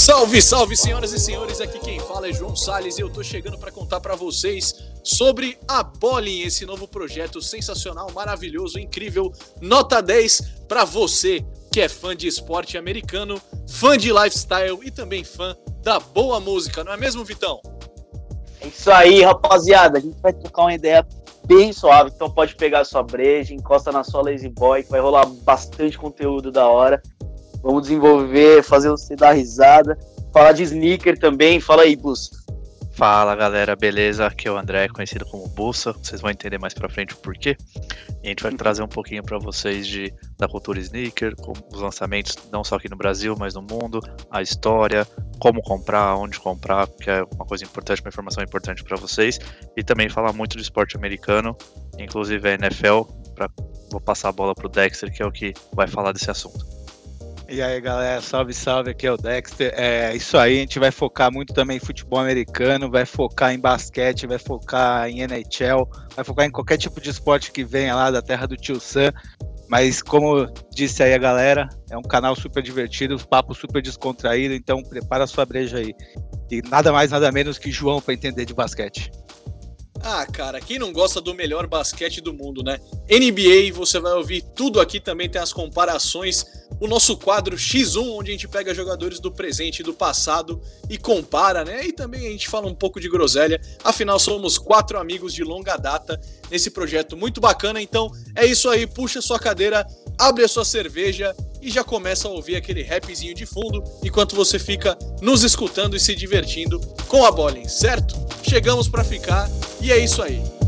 Salve, salve, senhoras e senhores, aqui quem fala é João Salles e eu tô chegando para contar para vocês sobre a Bowling, esse novo projeto sensacional, maravilhoso, incrível, nota 10 para você que é fã de esporte americano, fã de lifestyle e também fã da boa música, não é mesmo, Vitão? É isso aí, rapaziada, a gente vai trocar uma ideia bem suave, então pode pegar a sua breja, encosta na sua Lazy Boy, que vai rolar bastante conteúdo da hora. Vamos desenvolver, fazer você dar risada, falar de sneaker também. Fala aí, Bussa. Fala, galera, beleza? Aqui é o André, conhecido como Bussa. Vocês vão entender mais pra frente o porquê. E a gente vai trazer um pouquinho pra vocês da cultura sneaker, os lançamentos, não só aqui no Brasil, mas no mundo, a história, como comprar, onde comprar, que é uma coisa importante, uma informação importante pra vocês. E também falar muito de esporte americano, inclusive a NFL. Vou passar a bola pro Dexter, que é o que vai falar desse assunto. E aí, galera, salve, salve, aqui é o Dexter. É isso aí, a gente vai focar muito também em futebol americano, vai focar em basquete, vai focar em NHL, vai focar em qualquer tipo de esporte que venha lá da terra do Tio Sam. Mas como disse aí a galera, é um canal super divertido, papo super descontraído, então prepara a sua breja aí. E nada mais, nada menos que João para entender de basquete. Ah, cara, quem não gosta do melhor basquete do mundo, né? NBA, você vai ouvir tudo aqui, também tem as comparações, o nosso quadro X1, onde a gente pega jogadores do presente e do passado e compara, né? E também a gente fala um pouco de groselha, afinal somos 4 amigos de longa data nesse projeto muito bacana, então é isso aí, puxa sua cadeira, abre a sua cerveja e já começa a ouvir aquele rapzinho de fundo enquanto você fica nos escutando e se divertindo com a Bowling, certo? Chegamos pra ficar e é isso aí.